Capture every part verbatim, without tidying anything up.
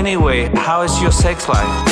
Anyway, how is your sex life?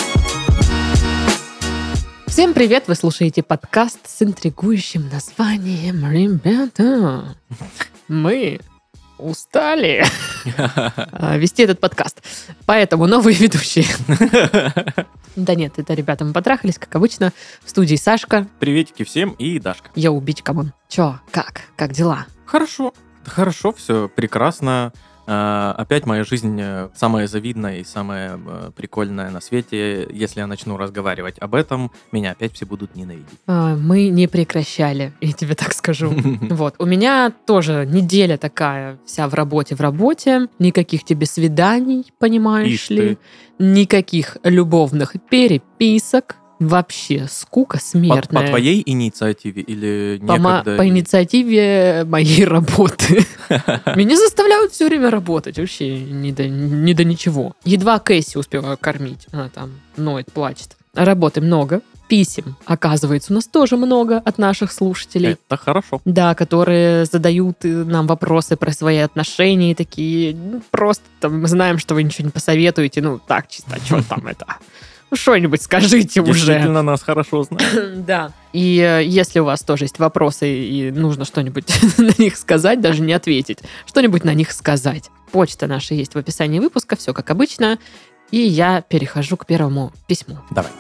Всем привет! Вы слушаете подкаст с интригующим названием «Ребята, мы устали» вести этот подкаст. Поэтому новые ведущие. Да нет, это ребята, мы потрахались, как обычно. В студии Сашка. Приветики всем и Дашка. Я убить камон. Чё, как? Как дела? Хорошо. Хорошо, все прекрасно. Uh, опять моя жизнь самая завидная и самая uh, прикольная на свете. Если я начну разговаривать об этом, меня опять все будут ненавидеть. А, мы не прекращали, я тебе так скажу. Вот. У меня тоже неделя такая вся в работе, в работе. Никаких тебе свиданий, понимаешь ли? Никаких любовных переписок. Вообще, скука смертная. По, по твоей инициативе или по некогда? Ма- по инициативе моей работы. Меня заставляют все время работать. Вообще не до, не до ничего. Едва Кэсси успеваю кормить. Она там ноет, плачет. Работы много. Писем, оказывается, у нас тоже много от наших слушателей. Это хорошо. Да, которые задают нам вопросы про свои отношения. И такие, ну, просто там, мы знаем, что вы ничего не посоветуете. Ну, так, чисто, что там это... Ну, что-нибудь скажите уже. Действительно нас хорошо знают. Да. И э, если у вас тоже есть вопросы и нужно что-нибудь на них сказать, даже не ответить, что-нибудь на них сказать. Почта наша есть в описании выпуска, все как обычно. И я перехожу к первому письму. Давай.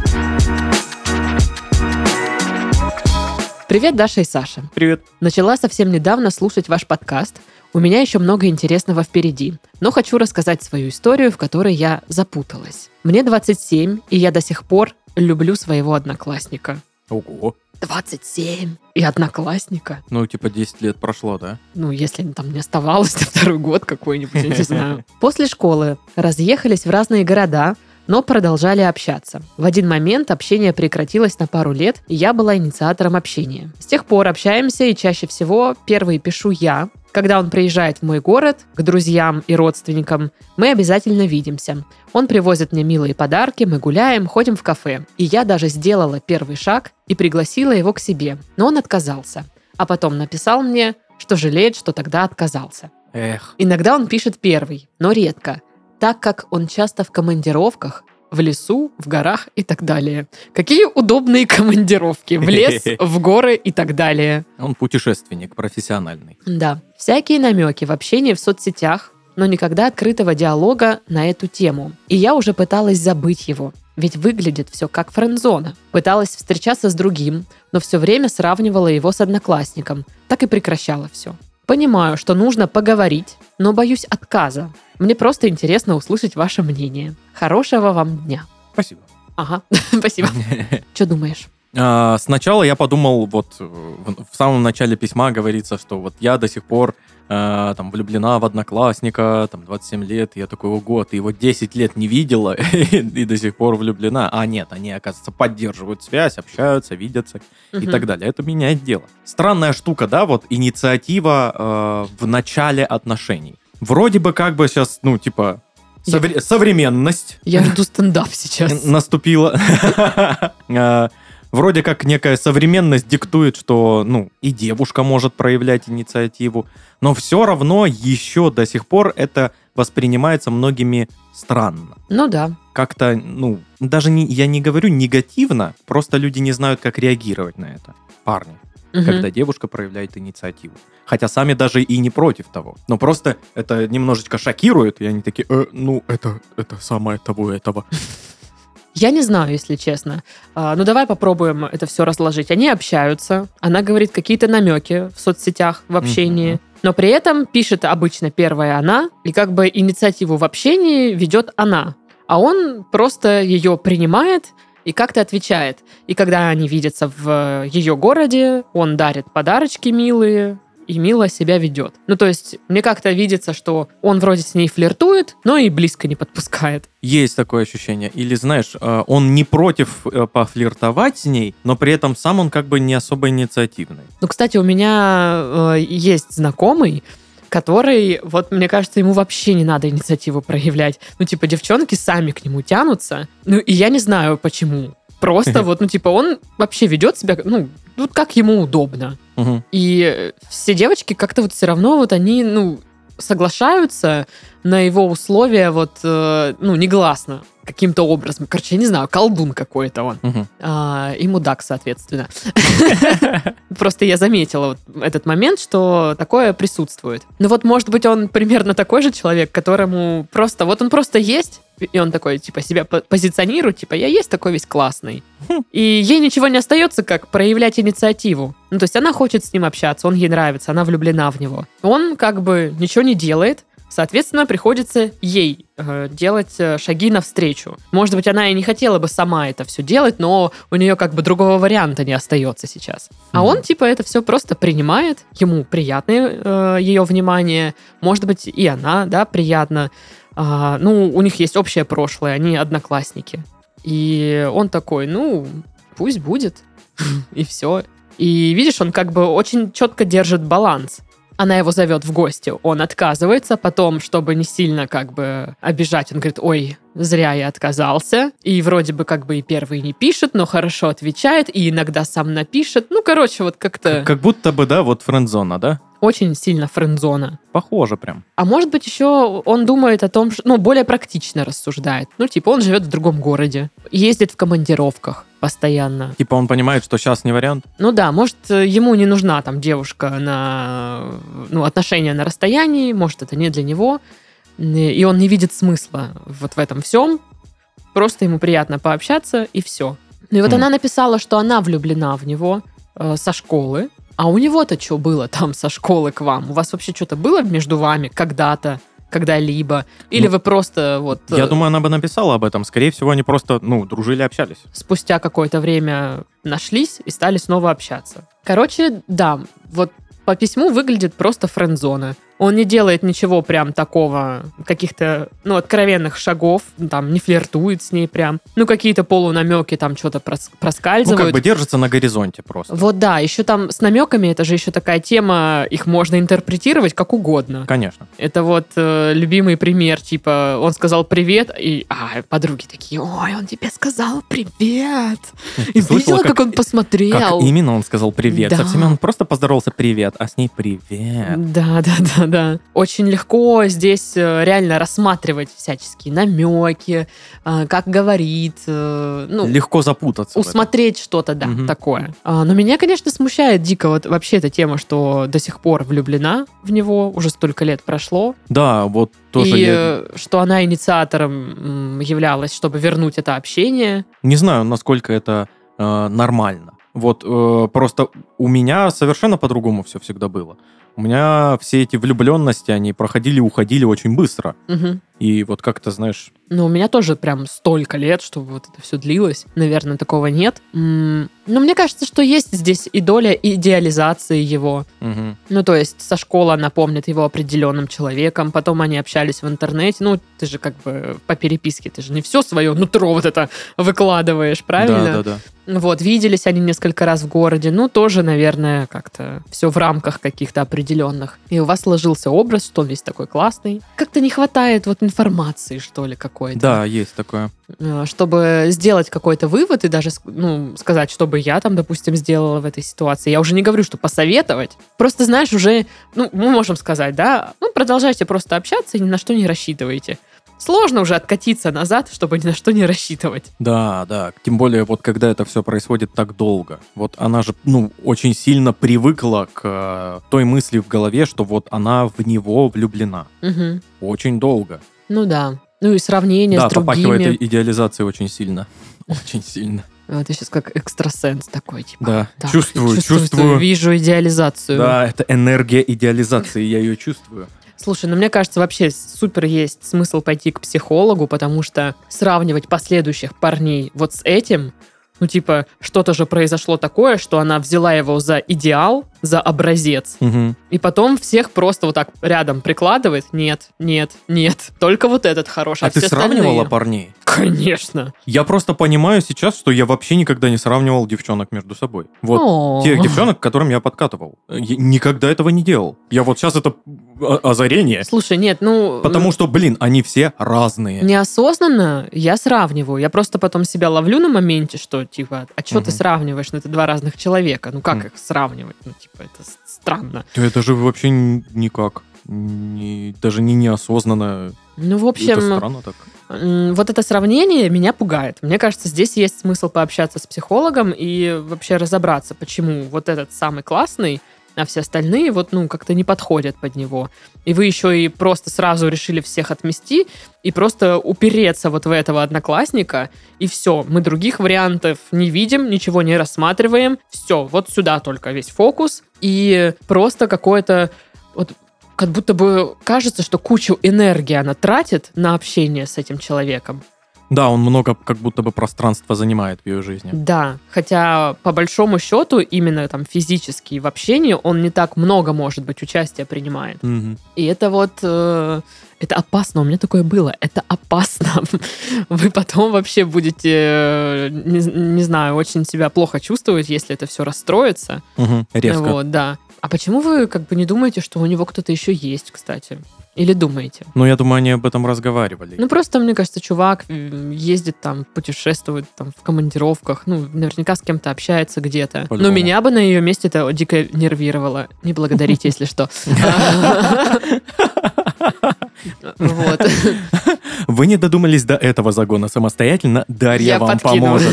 Привет, Даша и Саша. Привет. Начала совсем недавно слушать ваш подкаст. У меня еще много интересного впереди, но хочу рассказать свою историю, в которой я запуталась. Мне двадцать семь, и я до сих пор люблю своего одноклассника. Ого. двадцать семь и одноклассника. Ну, типа десять лет прошло, да? Ну, если там не оставалось, то второй год какой-нибудь, я не знаю. После школы разъехались в разные города, но продолжали общаться. В один момент общение прекратилось на пару лет, и я была инициатором общения. С тех пор общаемся, и чаще всего первые пишу я. Когда он приезжает в мой город, к друзьям и родственникам, мы обязательно видимся. Он привозит мне милые подарки, мы гуляем, ходим в кафе. И я даже сделала первый шаг и пригласила его к себе. Но он отказался. А потом написал мне, что жалеет, что тогда отказался. Эх. Иногда он пишет первый, но редко, так как он часто в командировках, в лесу, в горах и так далее. Какие удобные командировки. В лес, в горы и так далее. Он путешественник профессиональный. Да. Всякие намеки в общении в соцсетях, но никогда открытого диалога на эту тему. И я уже пыталась забыть его. Ведь выглядит все как френдзона. Пыталась встречаться с другим, но все время сравнивала его с одноклассником. Так и прекращала все. Понимаю, что нужно поговорить, но боюсь отказа. Мне просто интересно услышать ваше мнение. Хорошего вам дня. Спасибо. Ага, спасибо. Что думаешь? А, сначала я подумал, вот в, в самом начале письма говорится, что вот я до сих пор а, там влюблена в одноклассника, там двадцать семь лет, и я такой, ого, ты его десять лет не видела и, и до сих пор влюблена. А нет, они, оказывается, поддерживают связь, общаются, видятся и Мгм. так далее. Это меняет дело. Странная штука, да, вот инициатива а, в начале отношений. Вроде бы как бы сейчас, ну, типа, совре- современность Я жду стендап сейчас. наступила. А, Вроде как некая современность диктует, что, ну, и девушка может проявлять инициативу, но все равно еще до сих пор это воспринимается многими странно. Ну да. Как-то, ну, даже не, я не говорю негативно, просто люди не знают, как реагировать на это. Парни. Мгм. Когда девушка проявляет инициативу. Хотя сами даже и не против того. Но просто это немножечко шокирует, и они такие, э, ну, это, это самое того этого. Я не знаю, если честно. А, ну, давай попробуем это все разложить. Они общаются, она говорит какие-то намеки в соцсетях, в общении, Мгм. но при этом пишет обычно первая она, и как бы инициативу в общении ведет она. А он просто ее принимает и как-то отвечает. И когда они видятся в ее городе, он дарит подарочки милые, и мило себя ведет. Ну, то есть, мне как-то видится, что он вроде с ней флиртует, но и близко не подпускает. Есть такое ощущение. Или, знаешь, э, он не против э, пофлиртовать с ней, но при этом сам он как бы не особо инициативный. Ну, кстати, у меня э, есть знакомый, который, вот, мне кажется, ему вообще не надо инициативу проявлять. Ну, типа, девчонки сами к нему тянутся. Ну, и я не знаю, почему. Просто вот, ну, типа, он вообще ведет себя, ну, ну, как ему удобно. Угу. И все девочки как-то вот все равно вот они, ну, соглашаются на его условия вот, э, ну, негласно каким-то образом. Короче, я не знаю, колдун какой-то он. Мгм. А, и мудак, соответственно. Просто я заметила вот этот момент, что такое присутствует. Ну вот, может быть, он примерно такой же человек, которому просто... Вот он просто есть, и он такой, типа, себя по- позиционирует, типа, я есть такой весь классный. И ей ничего не остается, как проявлять инициативу. Ну, то есть она хочет с ним общаться, он ей нравится, она влюблена в него. Он как бы ничего не делает, соответственно, приходится ей э, делать э, шаги навстречу. Может быть, она и не хотела бы сама это все делать, но у нее как бы другого варианта не остается сейчас. А Мгм. он типа это все просто принимает, ему приятно э, ее внимание, может быть, и она, да, приятно. А, ну, у них есть общее прошлое, они одноклассники. И он такой, ну, пусть будет, и все. И видишь, он как бы очень четко держит баланс. Она его зовет в гости, он отказывается, потом, чтобы не сильно как бы обижать, он говорит, ой, зря я отказался. И вроде бы как бы и первый не пишет, но хорошо отвечает, и иногда сам напишет. Ну, короче, вот как-то Как будто бы, да, вот френдзона, да? очень сильно френдзона. Похоже прям. А может быть, еще он думает о том, что, ну, более практично рассуждает. Ну, типа, он живет в другом городе, ездит в командировках постоянно. Типа он понимает, что сейчас не вариант. Ну да, может, ему не нужна там девушка на, ну, отношения на расстоянии, может, это не для него, и он не видит смысла вот в этом всем. Просто ему приятно пообщаться, и все. Ну и вот Хм. она написала, что она влюблена в него э, со школы. А у него-то что было там со школы к вам? У вас вообще что-то было между вами когда-то, когда-либо? Или Ну, вы просто вот Я э, думаю, она бы написала об этом. Скорее всего, они просто, ну, дружили, общались. спустя какое-то время нашлись и стали снова общаться? Короче, да, вот по письму выглядит просто френдзона. Он не делает ничего прям такого, каких-то, ну, откровенных шагов, там, не флиртует с ней прям. Ну, какие-то полунамеки там что-то прос- Ну, проскальзывают. как бы держится на горизонте просто. Вот да, еще там с намеками, это же еще такая тема, их можно интерпретировать как угодно. Конечно. Это вот э, любимый пример, типа, он сказал привет, и а, подруги такие, ой, он тебе сказал привет. И слышала, видела, как, как- он посмотрел. Как именно он сказал привет? Да. Со всеми он просто поздоровался привет, а с ней привет. Да, да, да, да. Очень легко здесь э, реально рассматривать всяческие намеки, э, как говорит, э, ну, Легко запутаться. в этом. усмотреть что-то, да, Мгм. такое. А, но меня, конечно, смущает дико вот вообще эта тема, что до сих пор влюблена в него, уже столько лет прошло, Да, вот тоже и я э, что она инициатором м, являлась, чтобы вернуть это общение. не знаю, насколько это э, нормально. Вот э, просто у меня совершенно по-другому все всегда было. У меня все эти влюбленности, они проходили и уходили очень быстро. Мгм. И вот как-то, знаешь, Ну, у меня тоже прям столько лет, чтобы вот это все длилось. Наверное, такого нет. М, Но мне кажется, что есть здесь и доля идеализации его. мгм. Ну, то есть со школы она помнит его определенным человеком, потом они общались в интернете. Ну, ты же как бы по переписке, ты же не все свое нутро вот это выкладываешь, правильно? Да, да, да. Вот, виделись они несколько раз в городе. Ну, тоже, наверное, как-то все в рамках каких-то определенных. И у вас сложился образ, что он весь такой классный. Как-то не хватает вот информации, что ли, какой-то. Да, есть такое. Э, Чтобы сделать какой-то вывод и даже, ск- ну, сказать, что бы я там, допустим, сделала в этой ситуации. Я уже не говорю, что посоветовать. Просто, знаешь, уже, ну, мы можем сказать, да, ну, продолжайте просто общаться и ни на что не рассчитывайте. Сложно уже откатиться назад, чтобы ни на что не рассчитывать. Да, да. Тем более, вот когда это все происходит так долго. Вот она же, ну, очень сильно привыкла к э, той мысли в голове, что вот она в него влюблена. Мгм. Очень долго. Ну да. Ну и сравнение Да, с попахивает другими. и- идеализацией очень сильно. Очень сильно. А, Ты сейчас как экстрасенс такой, типа. Да, «Так, чувствую, что чувствую. Вижу идеализацию. Да, это энергия идеализации, я ее чувствую. Слушай, ну мне кажется, вообще супер есть смысл пойти к психологу, потому что сравнивать последующих парней вот с этим, ну типа, что-то же произошло такое, что она взяла его за идеал, за образец, Мгм. и потом всех просто вот так рядом прикладывает. Нет, нет, нет, только вот этот хороший, а, А ты все сравнивала остальные- парней? Конечно. Я просто понимаю сейчас, что я вообще никогда не сравнивал девчонок между собой. Вот О. тех девчонок, к которым я подкатывал. Я никогда этого не делал. Я вот сейчас это о- озарение. Слушай, нет, ну... Потому что, блин, они все разные. Неосознанно я сравниваю. Я просто потом себя ловлю на моменте, что, типа, а что ты Мгм. сравниваешь? Ну, это два разных человека. Ну, как Мгм. их сравнивать? Ну, типа, это с- странно. Да это же вообще н- никак. не, даже не неосознанно. Ну, в Это общем, странно так. м, вот это сравнение меня пугает. Мне кажется, здесь есть смысл пообщаться с психологом и вообще разобраться, почему вот этот самый классный, а все остальные вот, ну, как-то не подходят под него. И вы еще и просто сразу решили всех отмести и просто упереться вот в этого одноклассника, и все, мы других вариантов не видим, ничего не рассматриваем, все, вот сюда только весь фокус, и просто какое-то вот как будто бы кажется, что кучу энергии она тратит на общение с этим человеком. Да, он много как будто бы пространства занимает в ее жизни. Да, хотя по большому счету именно там физически в общении он не так много, может быть, участия принимает. Мгм. И это вот, э, это опасно, у меня такое было, это опасно. Вы потом вообще будете, э, не, не знаю, очень себя плохо чувствовать, если это все расстроится. Мгм. Резко. Вот, да. А почему вы как бы не думаете, что у него кто-то еще есть, кстати? Или думаете? Ну, я думаю, они об этом разговаривали. Ну, просто, мне кажется, чувак м, ездит там, путешествует там в командировках, ну, наверняка с кем-то общается где-то. Но По-любому. меня бы на ее месте это дико нервировало. Не благодарите, если что. Вот. Вы не додумались до этого загона самостоятельно, Дарья Я вам подкину. поможет.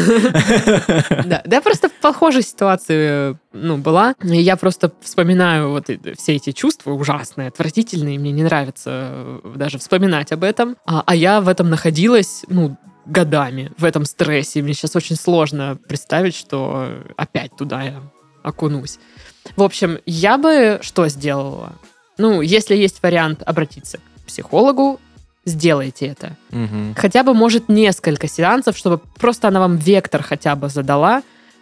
Да, да, просто в похожей ситуации, ну, была. И я просто вспоминаю вот и- все эти чувства ужасные, отвратительные, мне не нравится э, даже вспоминать об этом. А, а я в этом находилась, ну, годами, в этом стрессе. Мне сейчас очень сложно представить, что опять туда я окунусь. В общем, я бы что сделала? Ну, если есть вариант обратиться к психологу, сделайте это. Мгм. Хотя бы, может, несколько сеансов, чтобы просто она вам вектор хотя бы задала,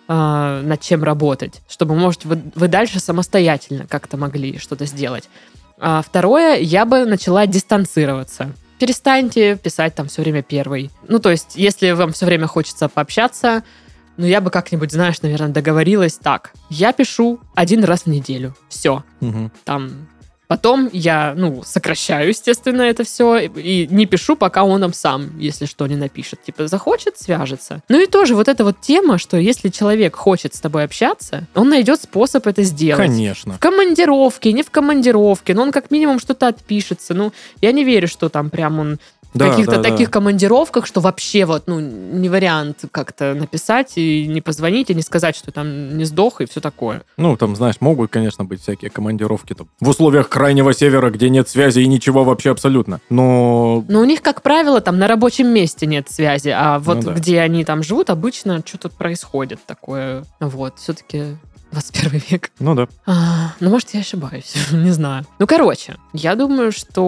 э, над чем работать. Чтобы, может, вы, вы дальше самостоятельно как-то могли что-то сделать. А второе, я бы начала дистанцироваться. Перестаньте писать там все время первый. Ну, то есть, если вам все время хочется пообщаться, ну, я бы как-нибудь, знаешь, наверное, договорилась так. Я пишу один раз в неделю. Все. Мгм. Там потом я, ну, сокращаю, естественно, это все, и не пишу, пока он нам сам, если что, не напишет. Типа, захочет, свяжется. Ну и тоже вот эта вот тема, что если человек хочет с тобой общаться, он найдет способ это сделать. Конечно. В командировке, не в командировке, но он как минимум что-то отпишется. Ну, я не верю, что там прям он в Да, каких-то да, да. таких командировках, что вообще вот, ну, не вариант как-то написать и не позвонить, и не сказать, что там не сдох и все такое. Ну, там, знаешь, могут, конечно, быть всякие командировки там, в условиях крайнего севера, где нет связи и ничего вообще абсолютно. Но Но у них, как правило, там на рабочем месте нет связи, а вот Ну да. где они там живут, обычно что-то происходит такое. Вот, все-таки двадцать первый век. ну да. А, ну, может, я ошибаюсь, не знаю. Ну, короче, я думаю,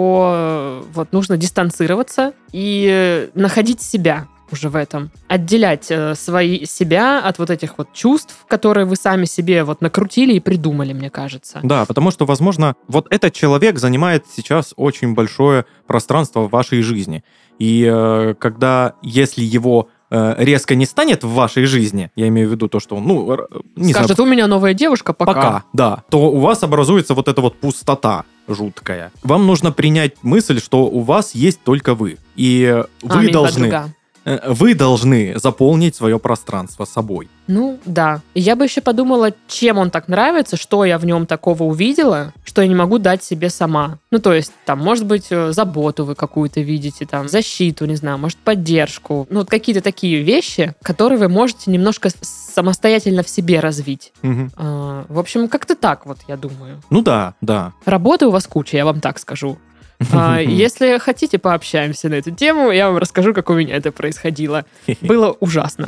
что э, вот нужно дистанцироваться и э, находить себя уже в этом. Отделять э, свои, себя от вот этих вот чувств, которые вы сами себе вот накрутили и придумали, мне кажется. Да, потому что, возможно, вот этот человек занимает сейчас очень большое пространство в вашей жизни. И э, когда, если его э, резко не станет в вашей жизни, я имею в виду то, что он, ну, р- не знаю, Скажет, у меня новая девушка, пока. пока, да, то у вас образуется вот эта вот пустота жуткая. Вам нужно принять мысль, что у вас есть только вы. И вы Аминь, должны... подруга. э, Вы должны заполнить свое пространство собой. Ну, да. И я бы еще подумала, чем он так нравится, что я в нем такого увидела, что я не могу дать себе сама. Ну, то есть, там, может быть, э, заботу вы какую-то видите, там, защиту, не знаю, может, поддержку. Ну, вот какие-то такие вещи, которые вы можете немножко с- самостоятельно в себе развить. Мгм. А, в общем, как-то так вот, я думаю. Ну да, да. Работы у вас куча, я вам так скажу. А, Если хотите, пообщаемся на эту тему, я вам расскажу, как у меня это происходило. Было ужасно.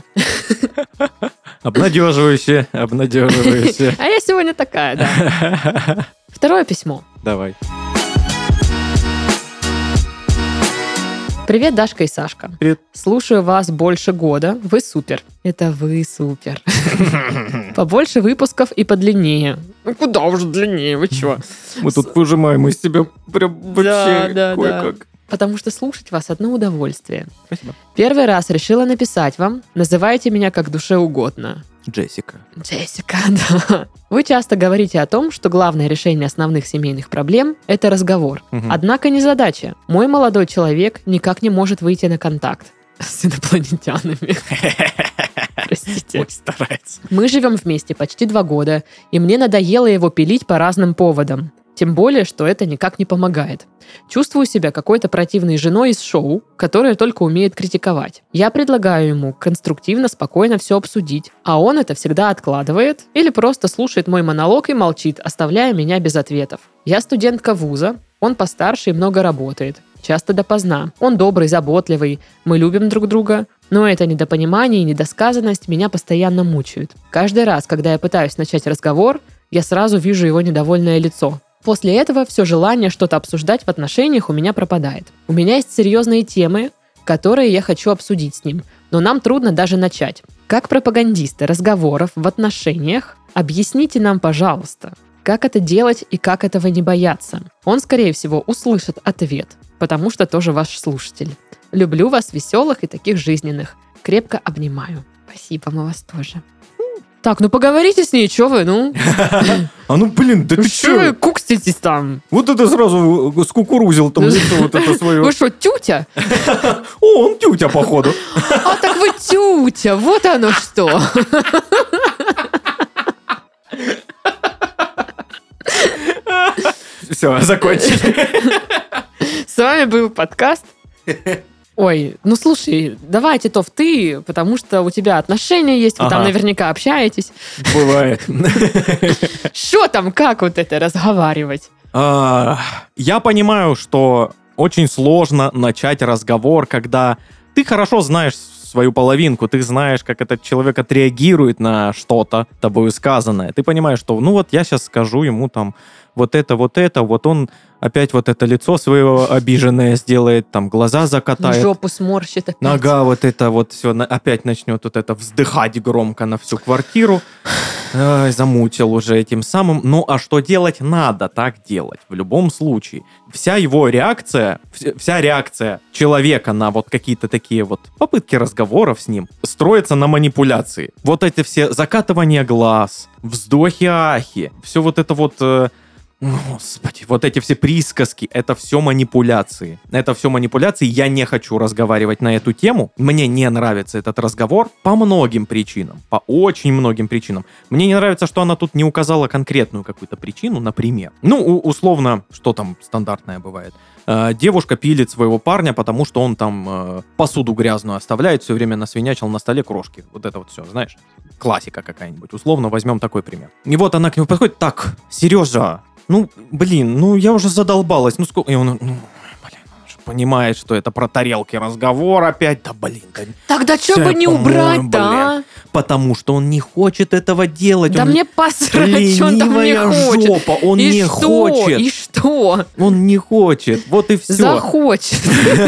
Обнадеживающе, обнадеживающе. А я сегодня такая, да. Второе письмо. Давай. Привет, Дашка и Сашка. Привет. Слушаю вас больше года. Вы супер. Это вы супер. Побольше выпусков и подлиннее. Ну куда уже длиннее, вы чё? Мы тут выжимаем из себя прям вообще да, да. кое-как. Потому что слушать вас одно удовольствие. Спасибо. Первый раз решила написать вам. Называйте меня как душе угодно. Джессика. Джессика, да. Вы часто говорите о том, что главное решение основных семейных проблем – это разговор. Мгм. Однако не задача. Мой молодой человек никак не может выйти на контакт с инопланетянами. Простите. Очень старается. Мы живем вместе почти два года, и мне надоело его пилить по разным поводам. Тем более, что это никак не помогает. Чувствую себя какой-то противной женой из шоу, которая только умеет критиковать. Я предлагаю ему конструктивно, спокойно все обсудить, а он это всегда откладывает или просто слушает мой монолог и молчит, оставляя меня без ответов. Я студентка вуза, он постарше и много работает. Часто допоздна. Он добрый, заботливый, мы любим друг друга, но это недопонимание и недосказанность меня постоянно мучают. Каждый раз, когда я пытаюсь начать разговор, я сразу вижу его недовольное лицо. После этого все желание что-то обсуждать в отношениях у меня пропадает. У меня есть серьезные темы, которые я хочу обсудить с ним, но нам трудно даже начать. Как пропагандисты разговоров в отношениях, объясните нам, пожалуйста, как это делать и как этого не бояться. Он, скорее всего, услышит ответ, потому что тоже ваш слушатель. Люблю вас, веселых и таких жизненных. Крепко обнимаю. Спасибо, мы вас тоже. Так, ну поговорите с ней, что вы, ну? А ну, блин, да ты Что вы что? кукститесь там? Вот это сразу скукурузил там лицо вот это свое. Вы что, тютя? О, он тютя, походу. А так вы тютя, вот оно что. Все, закончили. С вами был подкаст. Ой, ну слушай, давай, Титов, ты, потому что у тебя отношения есть, вы Ага. там наверняка общаетесь. Бывает. Что там, как вот это разговаривать? А, Я понимаю, что очень сложно начать разговор, когда ты хорошо знаешь свою половинку, ты знаешь, как этот человек отреагирует на что-то тобою сказанное. Ты понимаешь, что ну вот я сейчас скажу ему там вот это, вот это, вот он опять вот это лицо свое обиженное сделает, там глаза закатает. Жопу сморщит опять. Нога вот это вот все, опять начнет вот это вздыхать громко на всю квартиру. Ай, замутил уже этим самым. Ну, а что делать? Надо так делать. В любом случае. Вся его реакция, вся реакция человека на вот какие-то такие вот попытки разговоров с ним строится на манипуляции. Вот эти все закатывания глаз, вздохи-ахи, все вот это вот... э, Господи, вот эти все присказки, это все манипуляции. Это все манипуляции. Я не хочу разговаривать на эту тему. Мне не нравится этот разговор по многим причинам. По очень многим причинам. Мне не нравится, что она тут не указала конкретную какую-то причину, например. Ну, у- условно, что там стандартное бывает. Э, девушка пилит своего парня, потому что он там э, посуду грязную оставляет, все время насвинячил на столе крошки. Вот это вот все, знаешь. Классика какая-нибудь. Условно возьмем такой пример. И вот она к нему подходит. Так, Сережа, ну, блин, ну я уже задолбалась. Ну, сколько... И он, ну, блин, он же понимает, что это про тарелки разговор опять. Да, блин, да... Тогда что Всё, бы не по-моему, убрать-то, а? блин. Потому что он не хочет этого делать. Да он... мне посрать, что он там не Ленивая хочет. жопа, он И не что? хочет. И что? Он не хочет. Вот и все. Захочет.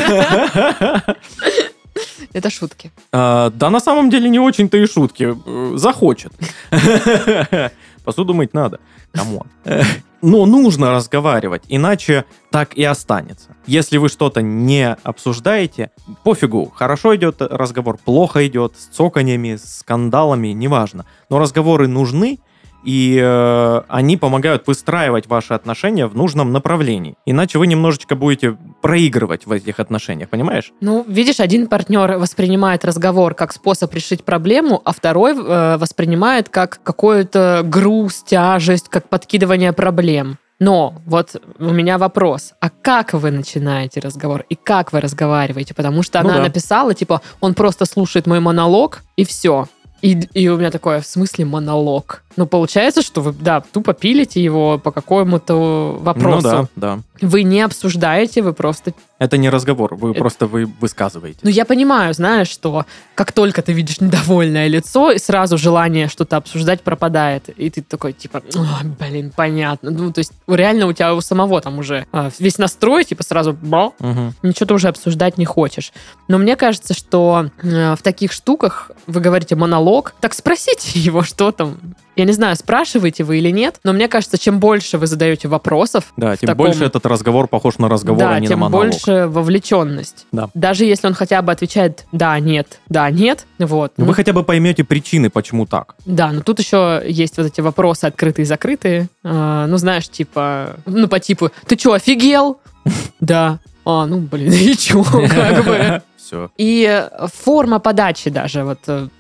Это шутки. А, да, на самом деле не очень-то и шутки. Э, Захочет. Посуду мыть надо. Камон. Э, Но нужно разговаривать, иначе так и останется. Если вы что-то не обсуждаете, пофигу, хорошо идет разговор, плохо идет, с цоканьями, с скандалами, неважно. Но разговоры нужны, и э, они помогают выстраивать ваши отношения в нужном направлении. Иначе вы немножечко будете проигрывать в этих отношениях, понимаешь? Ну, видишь, один партнер воспринимает разговор как способ решить проблему, а второй э, воспринимает как какую-то груз, тяжесть, как подкидывание проблем. Но вот у меня вопрос. А как вы начинаете разговор? И как вы разговариваете? Потому что Ну она да. написала, типа, он просто слушает мой монолог, и все. И, и у меня такое, в смысле монолог? Ну, получается, что вы, да, тупо пилите его по какому-то вопросу. Ну да, да. Вы не обсуждаете, вы просто... Это не разговор, вы Это- просто вы высказываете. Ну, я понимаю, знаешь, что как только ты видишь недовольное лицо, и сразу желание что-то обсуждать пропадает. И ты такой, типа, «Ой, блин, понятно. Ну, то есть реально у тебя у самого там уже а, весь настрой, типа, сразу бал, Мгм. ничего ты уже обсуждать не хочешь. Но мне кажется, что э, в таких штуках вы говорите монолог, так спросите его, что там. Я не знаю, спрашиваете вы или нет, но мне кажется, чем больше вы задаете вопросов, Да, в тем таком- больше этот разговор похож на разговор, да, а не тем на монолог. больше вовлеченность. Да. Даже если он хотя бы отвечает «да», «нет», «да», «нет», вот. Ну, Ну, вы хотя бы поймете причины, почему так. да, но тут еще есть вот эти вопросы открытые и закрытые. А, ну, знаешь, типа, ну, по типу «ты что, офигел?» Да. А, ну, блин, и чё, как бы. Все. И форма подачи даже, вот. э,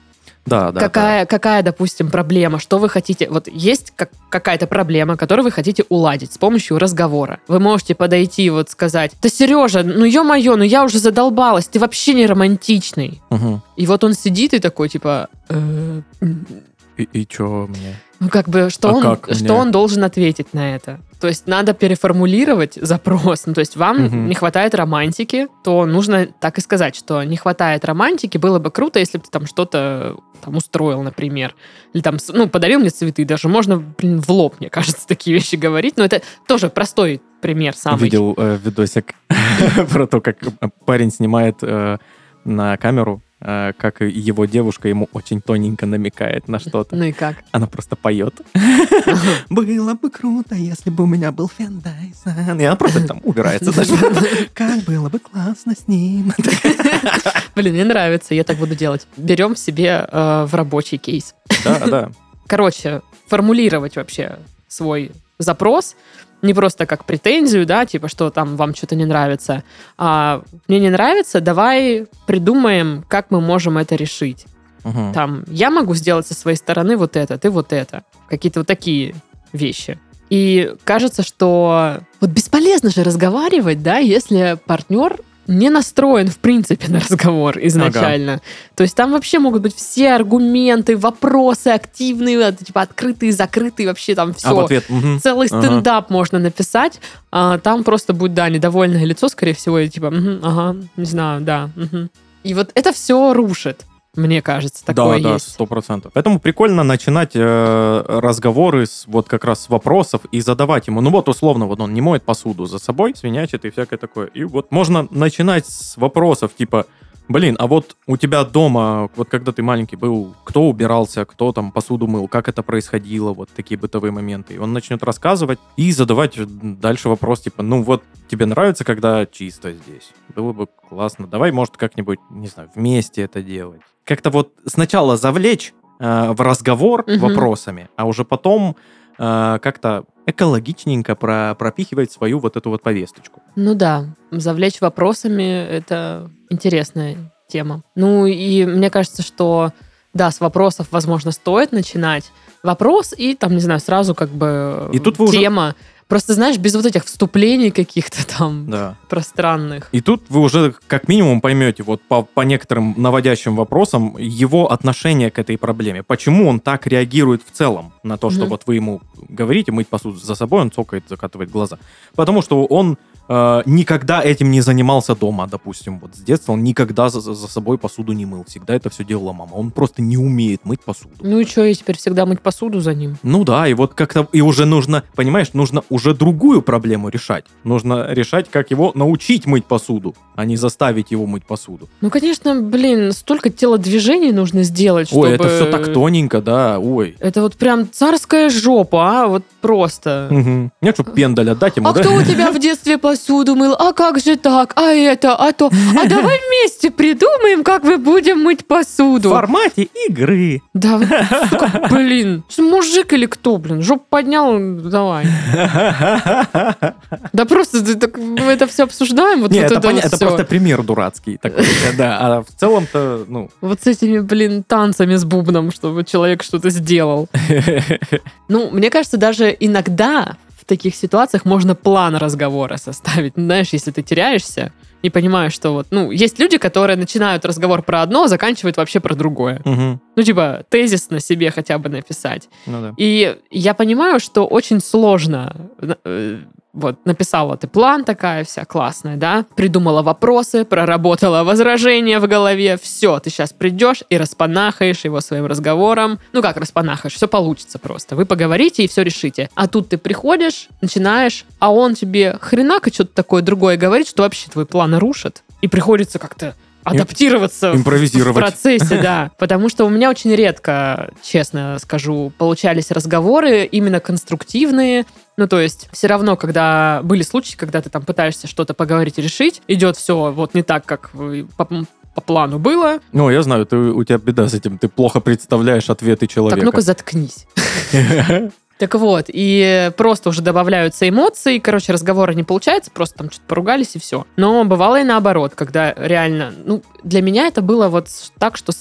Да, да. какая, да. какая, допустим, проблема, что вы хотите... Вот есть как, какая-то проблема, которую вы хотите уладить с помощью разговора. Вы можете подойти и вот сказать: да, Сережа, ну ё-моё, ну я уже задолбалась, ты вообще не романтичный. Угу. И вот он сидит и такой, типа... «Э, И, и чё мне? Ну, как бы, что, А он, как что мне? он должен ответить на это? То есть надо переформулировать запрос. Ну, то есть вам Мгм. не хватает романтики, то нужно так и сказать, что не хватает романтики, было бы круто, если бы ты там что-то там устроил, например. Или там, с- ну, подарил мне цветы. Даже можно, блин, в лоб, мне кажется, такие вещи говорить. Но это тоже простой пример самый. Видел э, видосик про то, как парень снимает э, на камеру, э, как его девушка ему очень тоненько намекает на что-то. Ну и как? Она просто поет. Было бы круто, если бы у меня был Фен Дайсон. И она просто там убирается. даже. Как было бы классно с ним. Блин, мне нравится, я так буду делать. Берем себе э, в рабочий кейс. Да, да. Короче, формулировать вообще свой запрос не просто как претензию, да, типа, что там вам что-то не нравится, а мне не нравится, давай придумаем, как мы можем это решить. Мгм. Там, я могу сделать со своей стороны вот это, ты вот это. Какие-то вот такие вещи. И кажется, что вот бесполезно же разговаривать, да, если партнер не настроен, в принципе, на разговор изначально. То есть там вообще могут быть все аргументы, вопросы активные, вот, типа открытые, закрытые, вообще там все. А в ответ... мгм. Целый Ага. стендап можно написать, а там просто будет, да, недовольное лицо, скорее всего, и типа, «Мгм, ага, не знаю, да. Мгм». И вот это все рушит, мне кажется, такое Да, да, есть. сто процентов. Поэтому прикольно начинать э, разговоры с, вот как раз с вопросов и задавать ему. Ну вот условно, вот он не моет посуду за собой, свинячит и всякое такое. И вот можно начинать с вопросов типа: блин, а вот у тебя дома, вот когда ты маленький был, кто убирался, кто там посуду мыл, как это происходило, вот такие бытовые моменты. И он начнет рассказывать и задавать дальше вопрос, типа, ну вот тебе нравится, когда чисто здесь? Было бы классно. Давай, может, как-нибудь, не знаю, вместе это делать. Как-то вот сначала завлечь э, в разговор Мгм. вопросами, а уже потом э, как-то экологичненько про- пропихивать свою вот эту вот повесточку. Ну да, завлечь вопросами — это интересная тема. Ну и мне кажется, что да, с вопросов, возможно, стоит начинать. Вопрос и там, не знаю, сразу как бы И тут вы уже- тема. Просто, знаешь, без вот этих вступлений каких-то там Да. пространных. И тут вы уже как минимум поймете вот по, по некоторым наводящим вопросам его отношение к этой проблеме. Почему он так реагирует в целом на то, что Мгм. вот вы ему говорите мыть посуду за собой, он цокает, закатывает глаза. Потому что он э, никогда этим не занимался дома, допустим. Вот с детства он никогда за, за собой посуду не мыл. Всегда это все делала мама. Он просто не умеет мыть посуду. Ну и что, я теперь всегда мыть посуду за ним? Ну да, и вот как-то, и уже нужно, понимаешь, нужно уже другую проблему решать. Нужно решать, как его научить мыть посуду, а не заставить его мыть посуду. Ну, конечно, блин, столько телодвижений нужно сделать, чтобы... Ой, это все так тоненько, да, ой. Это вот прям царская жопа, а? Вот просто. Угу. Нет, чтобы пендаль отдать ему, А да? кто у тебя в детстве посуду мыл? А как же так? А это, а то? А давай вместе придумаем, как мы будем мыть В посуду. формате игры. Да, сука, блин. Что, мужик или кто, блин? Жопу поднял, давай. Да просто ты так- мы это все обсуждаем, вот, Не, вот это, это поня- вот это всё. просто пример дурацкий такой, да. А в целом-то, ну, Вот с этими, блин, танцами с бубном, чтобы человек что-то сделал. Ну, мне кажется, даже иногда в таких ситуациях можно план разговора составить. Ну, знаешь, если ты теряешься и понимаешь, что вот... Ну, есть люди, которые начинают разговор про одно, а заканчивают вообще про другое. мгм. Ну, типа, тезис на себе хотя бы написать. Ну да. И я понимаю, что очень сложно. э, Вот, написала ты план, такая вся классная, да? Придумала вопросы, проработала возражения в голове. Все, ты сейчас придешь и распанахаешь его своим разговором. Ну как распанахаешь? Все получится просто. Вы поговорите и все решите. А тут ты приходишь, начинаешь, а он тебе хренака что-то такое другое говорит, что вообще твой план рушит. И приходится как-то адаптироваться в- в Импровизировать. процессе, да. Потому что у меня очень редко, честно скажу, получались разговоры именно конструктивные. Ну, то есть, все равно, когда были случаи, когда ты там пытаешься что-то поговорить и решить, идет все вот не так, как э, по, по плану было. Ну, я знаю, ты, у тебя беда с этим. Ты плохо представляешь ответы Так, человека. ну-ка, заткнись. Так вот, и просто уже добавляются эмоции, короче, разговора не получается, просто там что-то поругались и все. Но бывало и наоборот, когда реально, ну, для меня это было вот так, что с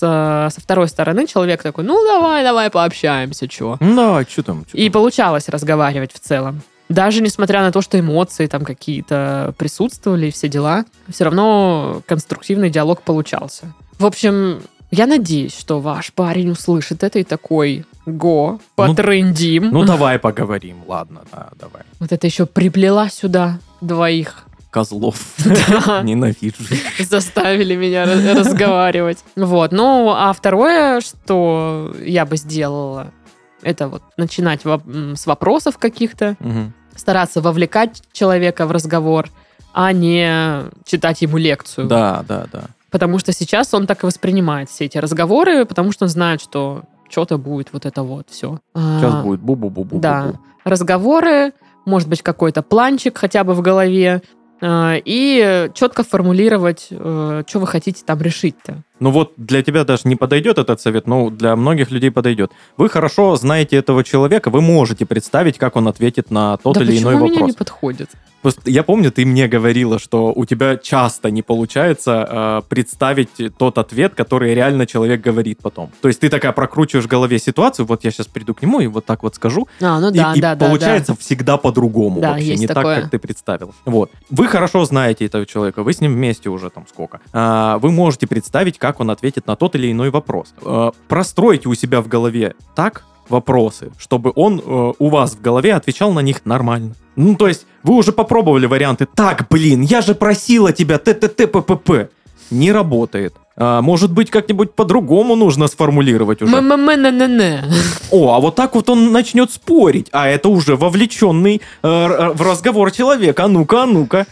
со второй стороны человек такой, ну, давай, давай пообщаемся, чё. Ну, давай, что там? чё И там? получалось разговаривать в целом. Даже несмотря на то, что эмоции там какие-то присутствовали и все дела, все равно конструктивный диалог получался. В общем, я надеюсь, что ваш парень услышит это и такой, го, потрындим. Ну, давай поговорим, ладно, да, давай. Вот это еще приплела сюда двоих. Козлов. Да. Ненавижу. Заставили меня раз- разговаривать. Вот. Ну, а второе, что я бы сделала, это вот начинать во- м, с вопросов каких-то, Мгм. стараться вовлекать человека в разговор, а не читать ему лекцию. Да, да, да. Потому что сейчас он так и воспринимает все эти разговоры, потому что он знает, что что-то будет вот это вот все. Сейчас будет бу-бу-бу-бу. Да. Разговоры, может быть, какой-то планчик хотя бы в голове, э, и четко формулировать, э, что вы хотите там решить-то. Ну вот для тебя даже не подойдет этот совет, но для многих людей подойдет. Вы хорошо знаете этого человека, вы можете представить, как он ответит на тот Да или почему иной меня вопрос. не подходит? Просто я помню, ты мне говорила, что у тебя часто не получается э, представить тот ответ, который реально человек говорит потом. То есть ты такая прокручиваешь в голове ситуацию, вот я сейчас приду к нему и вот так вот скажу, А, ну и, да, и да, да. получается всегда по-другому Да, вообще, есть не такое. так, как ты представил. Вот. Вы хорошо знаете этого человека, вы с ним вместе уже там сколько. А, вы можете представить, как он ответит на тот или иной вопрос. А, простройте у себя в голове так вопросы, чтобы он э, у вас в голове отвечал на них нормально. Ну, то есть, вы уже попробовали варианты. Так, блин, я же просила тебя, т-т-т-п-п-п. Не работает. А, может быть, как-нибудь по-другому нужно сформулировать уже. М-м-м-н-н-н. О, а вот так вот он начнет спорить, а это уже вовлеченный э, р- в разговор человек. А ну-ка, а ну-ка.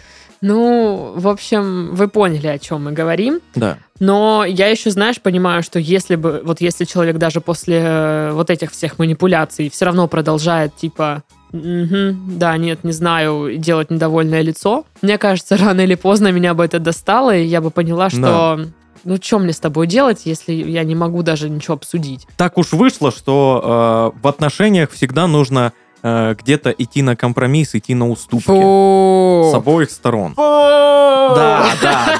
Ну, в общем, вы поняли, о чем мы говорим. Да. Но я еще, знаешь, понимаю, что если бы, вот если человек даже после э, вот этих всех манипуляций все равно продолжает, типа, «Мгм, да, нет, не знаю», делать недовольное лицо, мне кажется, рано или поздно меня бы это достало, и я бы поняла, что, ну, что мне с тобой делать, если я не могу даже ничего обсудить? Так уж вышло, что э, в отношениях всегда нужно э, где-то идти на компромисс, идти на уступки. Фу. С обоих сторон. Фу. Да, да,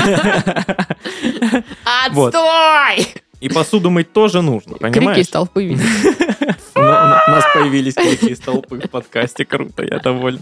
да. Вот. Отстой! И посуду мыть тоже нужно, Крики понимаешь? из толпы, видишь? Ну, У нас появились крики из толпы в подкасте. Круто, я доволен.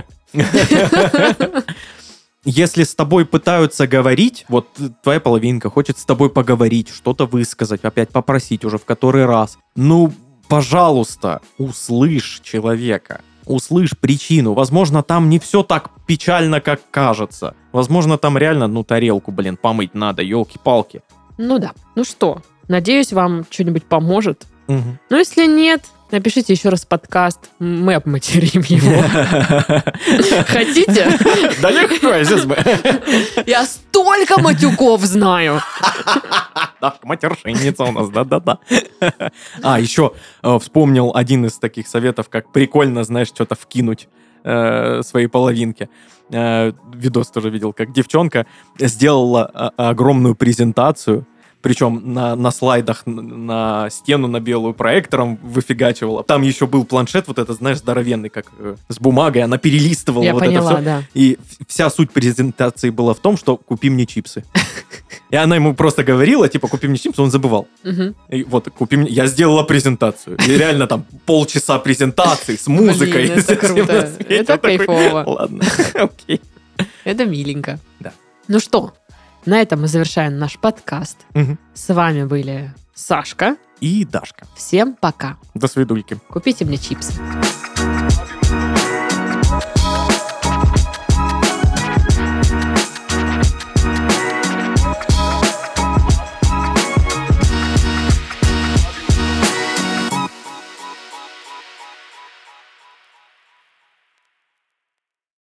Если с тобой пытаются говорить, вот твоя половинка хочет с тобой поговорить, что-то высказать, опять попросить уже в который раз, ну, пожалуйста, услышь человека. Услышь причину. Возможно, там не все так печально, как кажется. Возможно, там реально, ну, тарелку, блин, помыть надо, елки-палки. Ну да. Ну что, надеюсь, вам что-нибудь поможет. Мгм. Ну, если нет, напишите еще раз подкаст. Мы обматерим его. Хотите? Да легко, сейчас бы. Я столько матюков знаю. Так, матершинница у нас, да-да-да. А, еще э, вспомнил один из таких советов, как прикольно, знаешь, что-то вкинуть э, своей половинке. Э, видос тоже видел, как девчонка сделала а, огромную презентацию, причем на, на слайдах н- на стену на белую проектором выфигачивала. Там еще был планшет, вот этот, знаешь, здоровенный, как э, с бумагой, она перелистывала Я вот это поняла, все. да. И в- вся суть презентации была в том, что купи мне чипсы. И она ему просто говорила, типа, купи мне чипсы, он забывал. Мгм. И вот, купи мне... Я сделала презентацию. И реально там полчаса презентации с музыкой. Блин, это со всем круто. на свете. Это Я такой, кайфово. Ладно, окей. Это миленько. Да. Ну что, на этом мы завершаем наш подкаст. Мгм. С вами были Сашка. И Дашка. Всем пока. До свидульки. Купите мне чипсы.